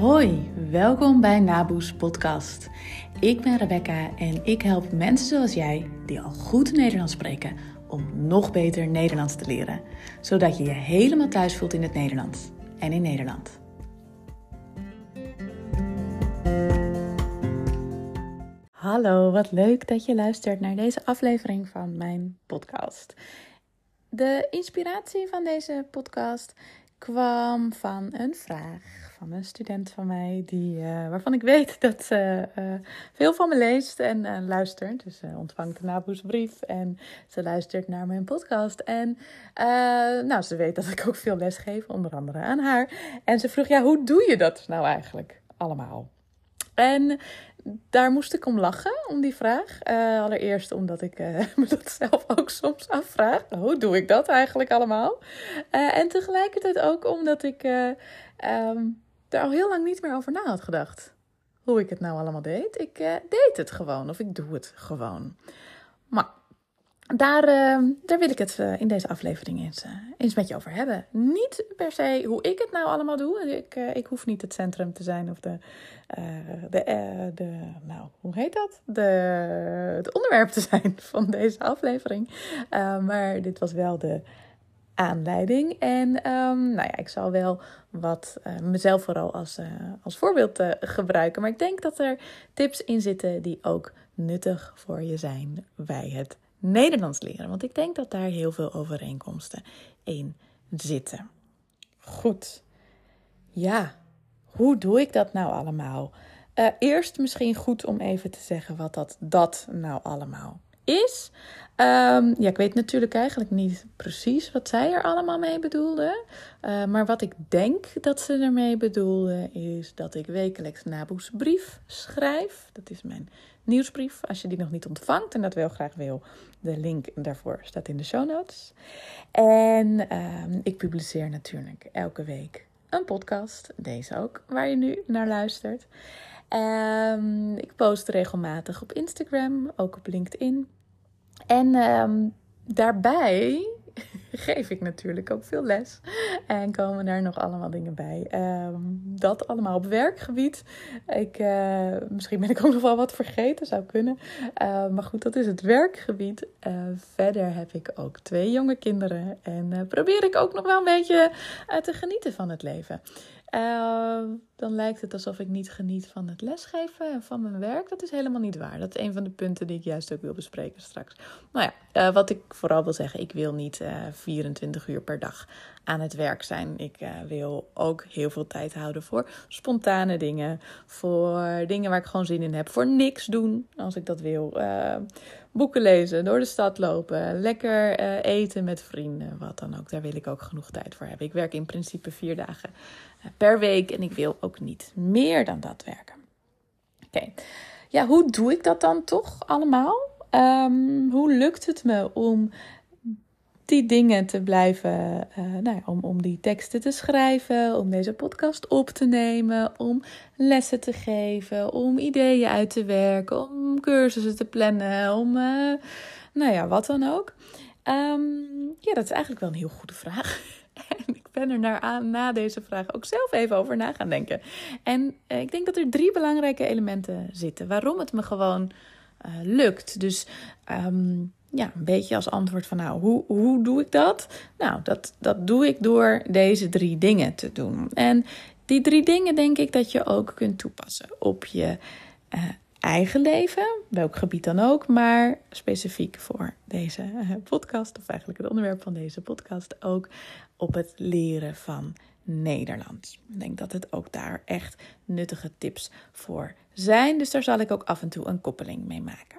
Hoi, welkom bij Naboes podcast. Ik ben Rebecca en ik help mensen zoals jij die al goed Nederlands spreken om nog beter Nederlands te leren. Zodat je je helemaal thuis voelt in het Nederlands en in Nederland. Hallo, wat leuk dat je luistert naar deze aflevering van mijn podcast. De inspiratie van deze podcast kwam van een vraag van een student van mij waarvan ik weet dat ze veel van me leest en luistert. Dus ze ontvangt de Naboesbrief en ze luistert naar mijn podcast. En ze weet dat ik ook veel les geef, onder andere aan haar. En ze vroeg, hoe doe je dat nou eigenlijk allemaal? En daar moest ik om lachen, om die vraag. Allereerst omdat ik me dat zelf ook soms afvraag. Hoe doe ik dat eigenlijk allemaal? En tegelijkertijd ook omdat ik er al heel lang niet meer over na had gedacht. Hoe ik het nou allemaal deed. Ik deed het gewoon, of ik doe het gewoon. Maar daar wil ik het in deze aflevering eens met je over hebben. Niet per se hoe ik het nou allemaal doe. Ik hoef niet het centrum te zijn of hoe heet dat? Het onderwerp te zijn van deze aflevering. Maar dit was wel de aanleiding. En ik zal wel wat mezelf vooral als voorbeeld gebruiken. Maar ik denk dat er tips in zitten die ook nuttig voor je zijn bij het Nederlands leren. Want ik denk dat daar heel veel overeenkomsten in zitten. Goed. Ja, hoe doe ik dat nou allemaal? Eerst misschien goed om even te zeggen wat dat nou allemaal is. Ik weet natuurlijk eigenlijk niet precies wat zij er allemaal mee bedoelde. Maar wat ik denk dat ze ermee bedoelde is dat ik wekelijks Naboesbrief schrijf. Dat is mijn nieuwsbrief. Als je die nog niet ontvangt en dat wel graag wil, de link daarvoor staat in de show notes. En ik publiceer natuurlijk elke week een podcast. Deze ook, waar je nu naar luistert. Ik post regelmatig op Instagram, ook op LinkedIn. En daarbij geef ik natuurlijk ook veel les. En komen daar nog allemaal dingen bij. Dat allemaal op werkgebied. Misschien ben ik ook nog wel wat vergeten, zou kunnen. Maar goed, dat is het werkgebied. Verder heb ik ook 2 jonge kinderen. En probeer ik ook nog wel een beetje te genieten van het leven. Dan lijkt het alsof ik niet geniet van het lesgeven en van mijn werk. Dat is helemaal niet waar. Dat is een van de punten die ik juist ook wil bespreken straks. Wat ik vooral wil zeggen, ik wil niet 24 uur per dag aan het werk zijn. Ik wil ook heel veel tijd houden voor spontane dingen. Voor dingen waar ik gewoon zin in heb. Voor niks doen, als ik dat wil. Boeken lezen, door de stad lopen, lekker eten met vrienden, wat dan ook. Daar wil ik ook genoeg tijd voor hebben. Ik werk in principe 4 dagen per week en ik wil ook niet meer dan dat werken. Oké. Ja, hoe doe ik dat dan toch allemaal? Hoe lukt het me om die dingen te blijven, om die teksten te schrijven, om deze podcast op te nemen, om lessen te geven, om ideeën uit te werken, om cursussen te plannen, om wat dan ook. Dat is eigenlijk wel een heel goede vraag. En ik ben er na deze vraag ook zelf even over na gaan denken. En ik denk dat er 3 belangrijke elementen zitten waarom het me gewoon lukt. Dus een beetje als antwoord van hoe doe ik dat? Nou, dat doe ik door deze 3 dingen te doen. En die 3 dingen denk ik dat je ook kunt toepassen op je eigen leven, welk gebied dan ook, maar specifiek voor deze podcast, of eigenlijk het onderwerp van deze podcast, ook op het leren van Nederlands. Ik denk dat het ook daar echt nuttige tips voor zijn, dus daar zal ik ook af en toe een koppeling mee maken.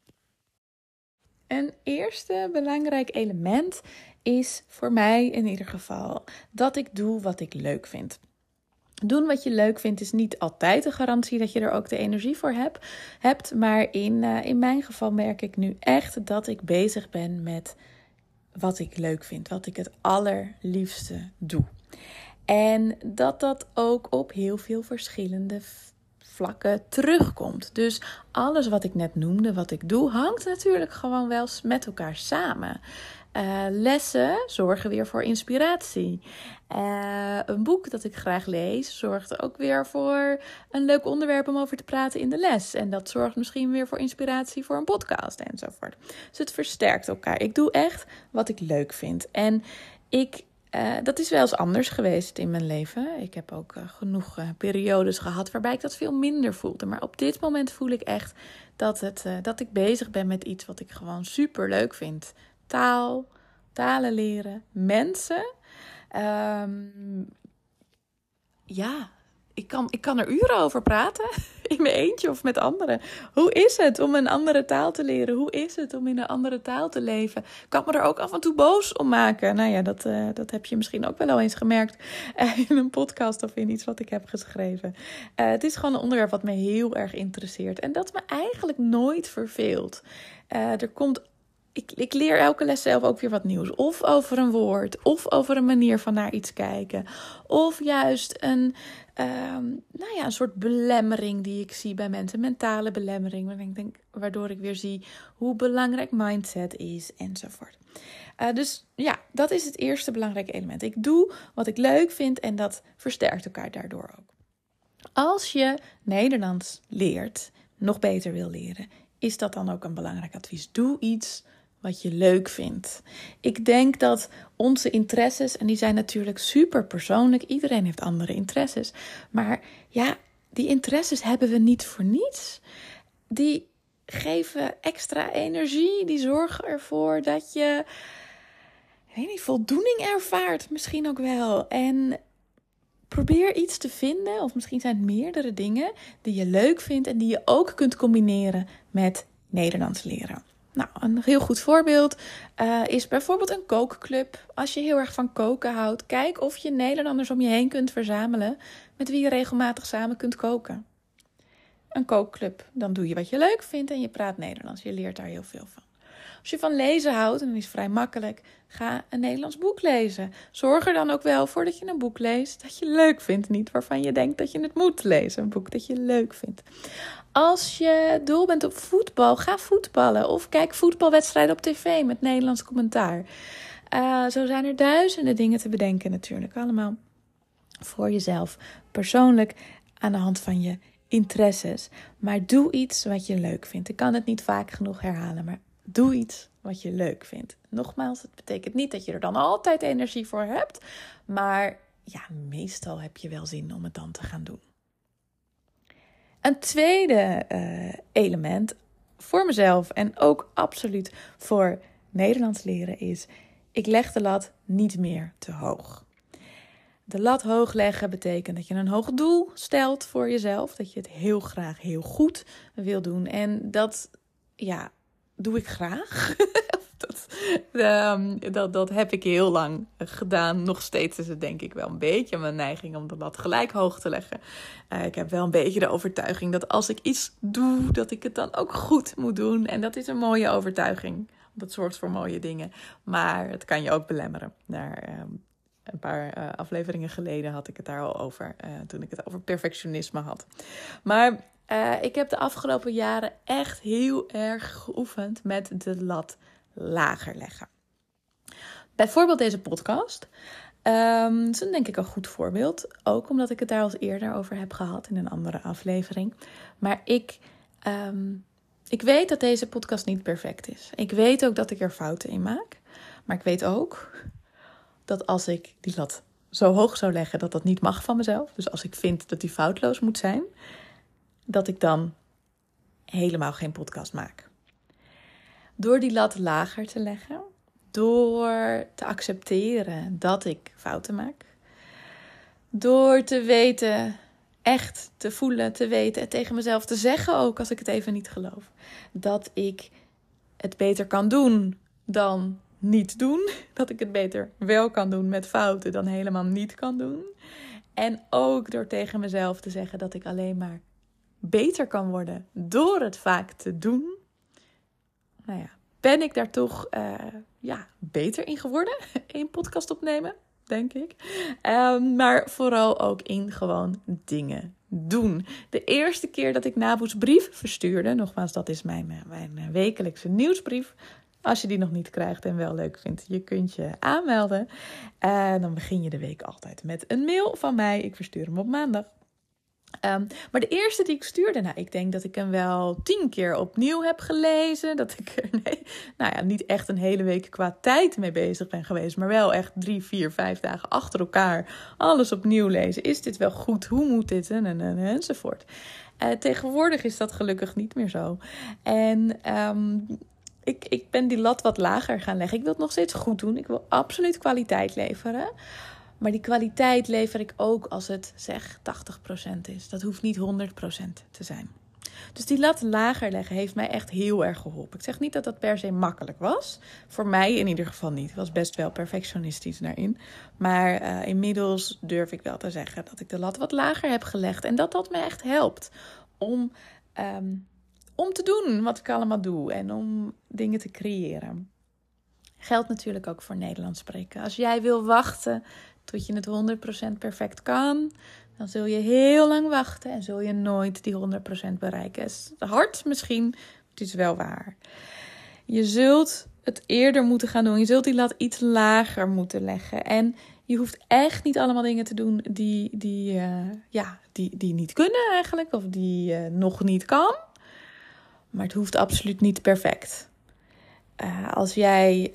Een eerste belangrijk element is voor mij in ieder geval dat ik doe wat ik leuk vind. Doen wat je leuk vindt is niet altijd een garantie dat je er ook de energie voor hebt. Maar in mijn geval merk ik nu echt dat ik bezig ben met wat ik leuk vind. Wat ik het allerliefste doe. En dat ook op heel veel verschillende vlakken terugkomt. Dus alles wat ik net noemde, wat ik doe, hangt natuurlijk gewoon wel met elkaar samen. Lessen zorgen weer voor inspiratie. Een boek dat ik graag lees zorgt ook weer voor een leuk onderwerp om over te praten in de les. En dat zorgt misschien weer voor inspiratie voor een podcast enzovoort. Dus het versterkt elkaar. Ik doe echt wat ik leuk vind. En dat is wel eens anders geweest in mijn leven. Ik heb ook genoeg periodes gehad waarbij ik dat veel minder voelde. Maar op dit moment voel ik echt dat ik bezig ben met iets wat ik gewoon super leuk vind. Talen leren, mensen. Ik kan er uren over praten. In mijn eentje of met anderen. Hoe is het om een andere taal te leren? Hoe is het om in een andere taal te leven? Ik kan me er ook af en toe boos om maken. Nou ja, dat heb je misschien ook wel al eens gemerkt. In een podcast of in iets wat ik heb geschreven. Het is gewoon een onderwerp wat me heel erg interesseert. En dat me eigenlijk nooit verveelt. Ik leer elke les zelf ook weer wat nieuws. Of over een woord. Of over een manier van naar iets kijken. Of juist een soort belemmering die ik zie bij mensen. Mentale belemmering. Waardoor ik weer zie hoe belangrijk mindset is enzovoort. Dus ja, dat is het eerste belangrijke element. Ik doe wat ik leuk vind en dat versterkt elkaar daardoor ook. Als je Nederlands leert, nog beter wil leren, is dat dan ook een belangrijk advies. Doe iets wat je leuk vindt. Ik denk dat onze interesses, en die zijn natuurlijk super persoonlijk. Iedereen heeft andere interesses. Maar ja, die interesses hebben we niet voor niets. Die geven extra energie. Die zorgen ervoor dat je, voldoening ervaart. Misschien ook wel. En probeer iets te vinden, of misschien zijn het meerdere dingen die je leuk vindt en die je ook kunt combineren met Nederlands leren. Nou, een heel goed voorbeeld is bijvoorbeeld een kookclub. Als je heel erg van koken houdt, kijk of je Nederlanders om je heen kunt verzamelen met wie je regelmatig samen kunt koken. Een kookclub, dan doe je wat je leuk vindt en je praat Nederlands. Je leert daar heel veel van. Als je van lezen houdt, en dat is vrij makkelijk, ga een Nederlands boek lezen. Zorg er dan ook wel voor dat je een boek leest dat je leuk vindt. Niet waarvan je denkt dat je het moet lezen. Een boek dat je leuk vindt. Als je dol bent op voetbal, ga voetballen. Of kijk voetbalwedstrijden op tv met Nederlands commentaar. Zo zijn er duizenden dingen te bedenken natuurlijk. Allemaal voor jezelf. Persoonlijk aan de hand van je interesses. Maar doe iets wat je leuk vindt. Ik kan het niet vaak genoeg herhalen, maar doe iets wat je leuk vindt. Nogmaals, het betekent niet dat je er dan altijd energie voor hebt. Maar ja, meestal heb je wel zin om het dan te gaan doen. Een tweede element voor mezelf en ook absoluut voor Nederlands leren is: ik leg de lat niet meer te hoog. De lat hoog leggen betekent dat je een hoog doel stelt voor jezelf. Dat je het heel graag heel goed wil doen. En dat doe ik graag. Dat heb ik heel lang gedaan. Nog steeds is het denk ik wel een beetje mijn neiging om de lat gelijk hoog te leggen. Ik heb wel een beetje de overtuiging dat als ik iets doe, dat ik het dan ook goed moet doen. En dat is een mooie overtuiging. Dat zorgt voor mooie dingen. Maar het kan je ook belemmeren. Een paar afleveringen geleden had ik het daar al over. Toen ik het over perfectionisme had. Maar ik heb de afgelopen jaren echt heel erg geoefend met de lat lager leggen. Bijvoorbeeld deze podcast. Dat is denk ik een goed voorbeeld. Ook omdat ik het daar al eerder over heb gehad in een andere aflevering. Maar ik weet dat deze podcast niet perfect is. Ik weet ook dat ik er fouten in maak. Maar ik weet ook dat als ik die lat zo hoog zou leggen, dat niet mag van mezelf. Dus als ik vind dat die foutloos moet zijn, dat ik dan helemaal geen podcast maak. Door die lat lager te leggen, door te accepteren dat ik fouten maak, door te weten, echt te voelen, te weten en tegen mezelf te zeggen ook als ik het even niet geloof, dat ik het beter kan doen dan niet doen. Dat ik het beter wel kan doen met fouten dan helemaal niet kan doen. En ook door tegen mezelf te zeggen dat ik alleen maar beter kan worden door het vaak te doen. Nou ja, ben ik daar toch beter in geworden? In podcast opnemen, denk ik. Maar vooral ook in gewoon dingen doen. De eerste keer dat ik Naboes brief verstuurde, nogmaals, dat is mijn wekelijkse nieuwsbrief. Als je die nog niet krijgt en wel leuk vindt, je kunt je aanmelden. Dan begin je de week altijd met een mail van mij. Ik verstuur hem op maandag. Maar de eerste die ik stuurde, ik denk dat ik hem wel 10 keer opnieuw heb gelezen. Dat ik er niet echt een hele week qua tijd mee bezig ben geweest. Maar wel echt 3, 4, 5 dagen achter elkaar alles opnieuw lezen. Is dit wel goed? Hoe moet dit? Enzovoort. Tegenwoordig is dat gelukkig niet meer zo. En ik ben die lat wat lager gaan leggen. Ik wil het nog steeds goed doen. Ik wil absoluut kwaliteit leveren. Maar die kwaliteit lever ik ook als het zeg 80% is. Dat hoeft niet 100% te zijn. Dus die lat lager leggen heeft mij echt heel erg geholpen. Ik zeg niet dat dat per se makkelijk was. Voor mij in ieder geval niet. Ik was best wel perfectionistisch daarin. Maar inmiddels durf ik wel te zeggen dat ik de lat wat lager heb gelegd. En dat me echt helpt om te doen wat ik allemaal doe. En om dingen te creëren. Geldt natuurlijk ook voor Nederlands spreken. Als jij wil wachten tot je het 100% perfect kan, dan zul je heel lang wachten en zul je nooit die 100% bereiken. Het is hard misschien, maar het is wel waar. Je zult het eerder moeten gaan doen. Je zult die lat iets lager moeten leggen. En je hoeft echt niet allemaal dingen te doen die niet kunnen eigenlijk. Of die je nog niet kan. Maar het hoeft absoluut niet perfect. Als jij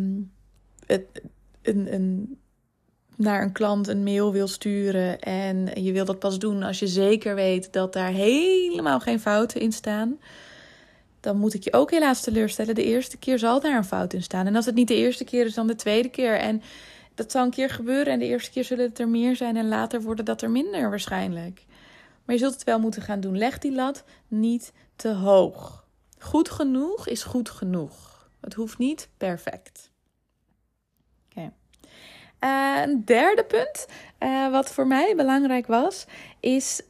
naar een klant een mail wil sturen en je wil dat pas doen als je zeker weet dat daar helemaal geen fouten in staan, dan moet ik je ook helaas teleurstellen. De eerste keer zal daar een fout in staan. En als het niet de eerste keer is, dan de tweede keer. En dat zal een keer gebeuren en de eerste keer zullen het er meer zijn en later worden dat er minder waarschijnlijk. Maar je zult het wel moeten gaan doen. Leg die lat niet te hoog. Goed genoeg is goed genoeg. Het hoeft niet perfect. Oké. Een derde punt, wat voor mij belangrijk was, is,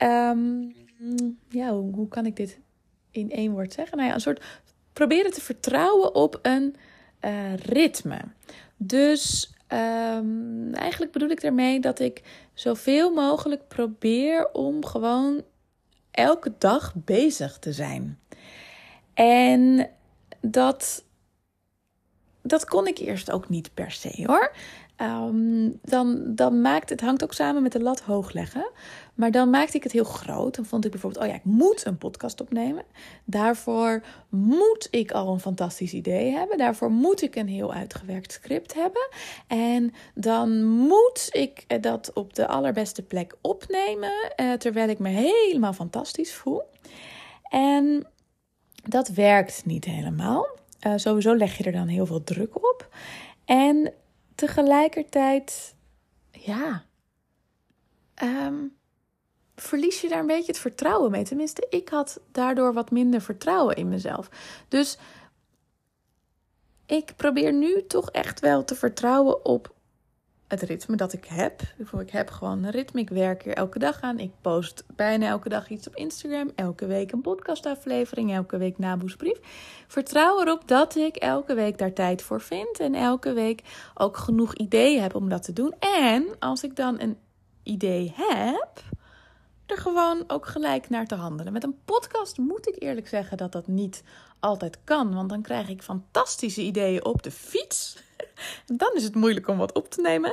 hoe kan ik dit in 1 woord zeggen? Een soort proberen te vertrouwen op een ritme. Dus eigenlijk bedoel ik daarmee dat ik zoveel mogelijk probeer om gewoon elke dag bezig te zijn. En dat kon ik eerst ook niet per se hoor. Dan maakt het hangt ook samen met de lat hoog leggen. Maar dan maakte ik het heel groot. Dan vond ik bijvoorbeeld, ik moet een podcast opnemen. Daarvoor moet ik al een fantastisch idee hebben. Daarvoor moet ik een heel uitgewerkt script hebben. En dan moet ik dat op de allerbeste plek opnemen. Terwijl ik me helemaal fantastisch voel. En dat werkt niet helemaal. Sowieso leg je er dan heel veel druk op. En tegelijkertijd, verlies je daar een beetje het vertrouwen mee. Tenminste, ik had daardoor wat minder vertrouwen in mezelf. Dus ik probeer nu toch echt wel te vertrouwen op het ritme dat ik heb. Ik heb gewoon een ritme. Ik werk er elke dag aan. Ik post bijna elke dag iets op Instagram. Elke week een podcastaflevering. Elke week naboesbrief. Vertrouw erop dat ik elke week daar tijd voor vind. En elke week ook genoeg ideeën heb om dat te doen. En als ik dan een idee heb, er gewoon ook gelijk naar te handelen. Met een podcast moet ik eerlijk zeggen dat dat niet altijd kan. Want dan krijg ik fantastische ideeën op de fiets. En dan is het moeilijk om wat op te nemen.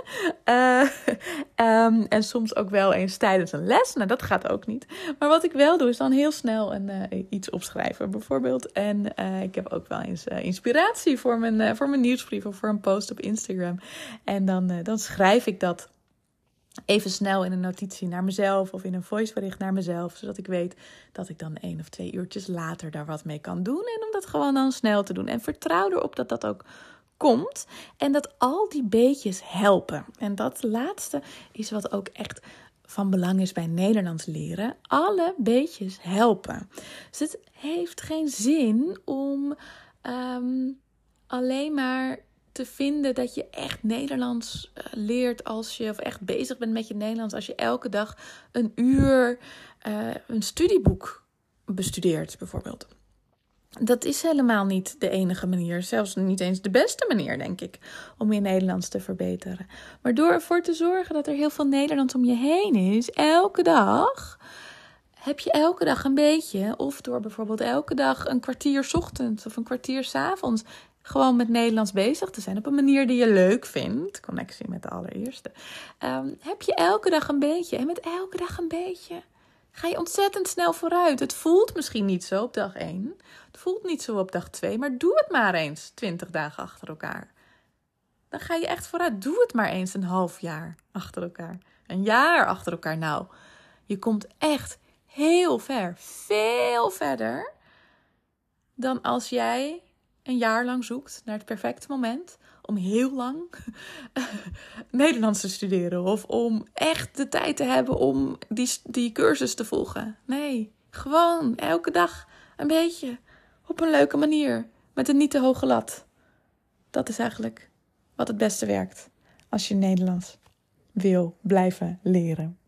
En soms ook wel eens tijdens een les. Nou, dat gaat ook niet. Maar wat ik wel doe, is dan heel snel iets opschrijven, bijvoorbeeld. En ik heb ook wel eens inspiratie voor mijn nieuwsbrief of voor een post op Instagram. En dan schrijf ik dat even snel in een notitie naar mezelf of in een voicebericht naar mezelf. Zodat ik weet dat ik dan 1 of 2 uurtjes later daar wat mee kan doen. En om dat gewoon dan snel te doen. En vertrouw erop dat dat ook komt en dat al die beetjes helpen. En dat laatste is wat ook echt van belang is bij Nederlands leren. Alle beetjes helpen. Dus het heeft geen zin om alleen maar te vinden dat je echt Nederlands leert of echt bezig bent met je Nederlands als je elke dag een uur een studieboek bestudeert bijvoorbeeld. Dat is helemaal niet de enige manier. Zelfs niet eens de beste manier, denk ik, om je Nederlands te verbeteren. Maar door ervoor te zorgen dat er heel veel Nederlands om je heen is, elke dag, heb je elke dag een beetje. Of door bijvoorbeeld elke dag een kwartier 's ochtends of een kwartier 's avonds gewoon met Nederlands bezig te zijn op een manier die je leuk vindt. Connectie met de allereerste. Heb je elke dag een beetje. En met elke dag een beetje ga je ontzettend snel vooruit. Het voelt misschien niet zo op dag 1. Het voelt niet zo op dag 2. Maar doe het maar eens 20 dagen achter elkaar. Dan ga je echt vooruit. Doe het maar eens een half jaar achter elkaar. Een jaar achter elkaar. Nou, je komt echt heel ver. Veel verder dan als jij een jaar lang zoekt naar het perfecte moment om heel lang Nederlands te studeren. Of om echt de tijd te hebben om die cursus te volgen. Nee, gewoon elke dag een beetje. Op een leuke manier. Met een niet te hoge lat. Dat is eigenlijk wat het beste werkt als je Nederlands wil blijven leren.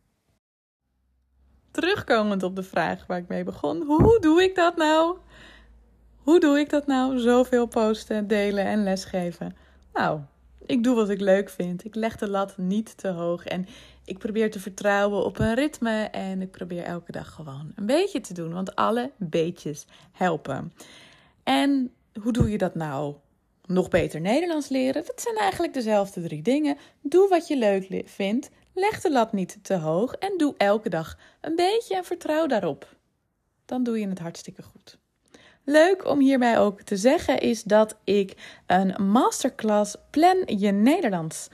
Terugkomend op de vraag waar ik mee begon. Hoe doe ik dat nou? Hoe doe ik dat nou? Zoveel posten, delen en lesgeven. Nou, ik doe wat ik leuk vind. Ik leg de lat niet te hoog. En ik probeer te vertrouwen op een ritme. En ik probeer elke dag gewoon een beetje te doen. Want alle beetjes helpen. En hoe doe je dat nou? Nog beter Nederlands leren? Dat zijn eigenlijk dezelfde 3 dingen. Doe wat je leuk vindt. Leg de lat niet te hoog. En doe elke dag een beetje en vertrouw daarop. Dan doe je het hartstikke goed. Leuk om hierbij ook te zeggen is dat ik een masterclass Plan je Nederlands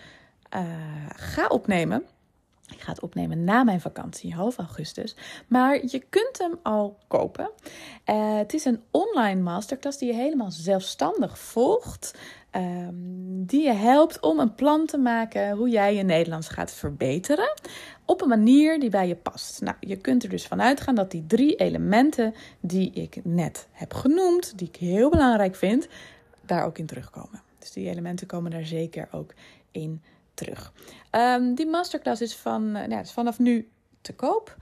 ga opnemen. Ik ga het opnemen na mijn vakantie, half augustus. Maar je kunt hem al kopen. Het is een online masterclass die je helemaal zelfstandig volgt. Die je helpt om een plan te maken hoe jij je Nederlands gaat verbeteren. Op een manier die bij je past. Nou, je kunt er dus van uitgaan dat die 3 elementen die ik net heb genoemd, die ik heel belangrijk vind, daar ook in terugkomen. Dus die elementen komen daar zeker ook in terug. Die masterclass is vanaf nu te koop.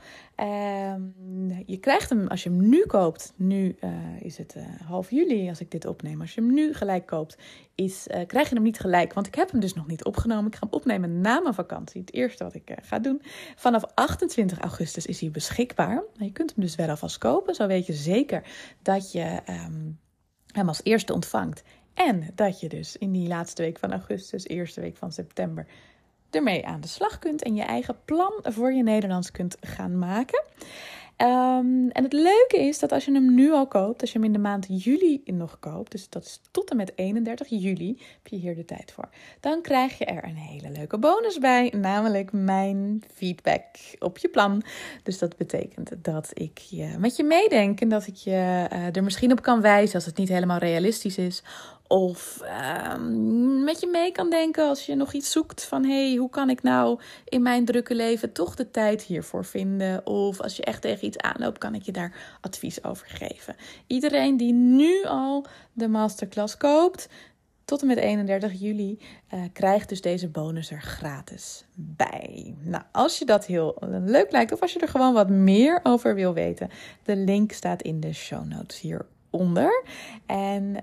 Je krijgt hem als je hem nu koopt. Nu is het half juli als ik dit opneem. Als je hem nu gelijk koopt, krijg je hem niet gelijk. Want ik heb hem dus nog niet opgenomen. Ik ga hem opnemen na mijn vakantie. Het eerste wat ik ga doen. Vanaf 28 augustus is hij beschikbaar. Je kunt hem dus wel alvast kopen. Zo weet je zeker dat je hem als eerste ontvangt. En dat je dus in die laatste week van augustus, eerste week van september, ermee aan de slag kunt en je eigen plan voor je Nederlands kunt gaan maken. En het leuke is dat als je hem nu al koopt, als je hem in de maand juli nog koopt, dus dat is tot en met 31 juli, heb je hier de tijd voor. Dan krijg je er een hele leuke bonus bij, namelijk mijn feedback op je plan. Dus dat betekent dat ik met je meedenk en dat ik je er misschien op kan wijzen als het niet helemaal realistisch is. Of met je mee kan denken als je nog iets zoekt van hoe kan ik nou in mijn drukke leven toch de tijd hiervoor vinden? Of als je echt tegen iets aanloopt, kan ik je daar advies over geven. Iedereen die nu al de masterclass koopt, tot en met 31 juli, krijgt dus deze bonus er gratis bij. Nou, als je dat heel leuk lijkt of als je er gewoon wat meer over wil weten, de link staat in de show notes hieronder. En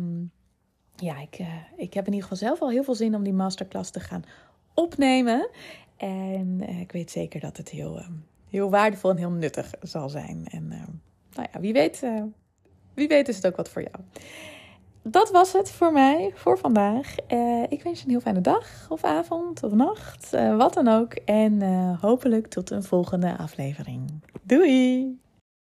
ik heb in ieder geval zelf al heel veel zin om die masterclass te gaan opnemen. En ik weet zeker dat het heel waardevol en heel nuttig zal zijn. En wie weet is het ook wat voor jou. Dat was het voor mij voor vandaag. Ik wens je een heel fijne dag of avond of nacht. Wat dan ook. En hopelijk tot een volgende aflevering. Doei!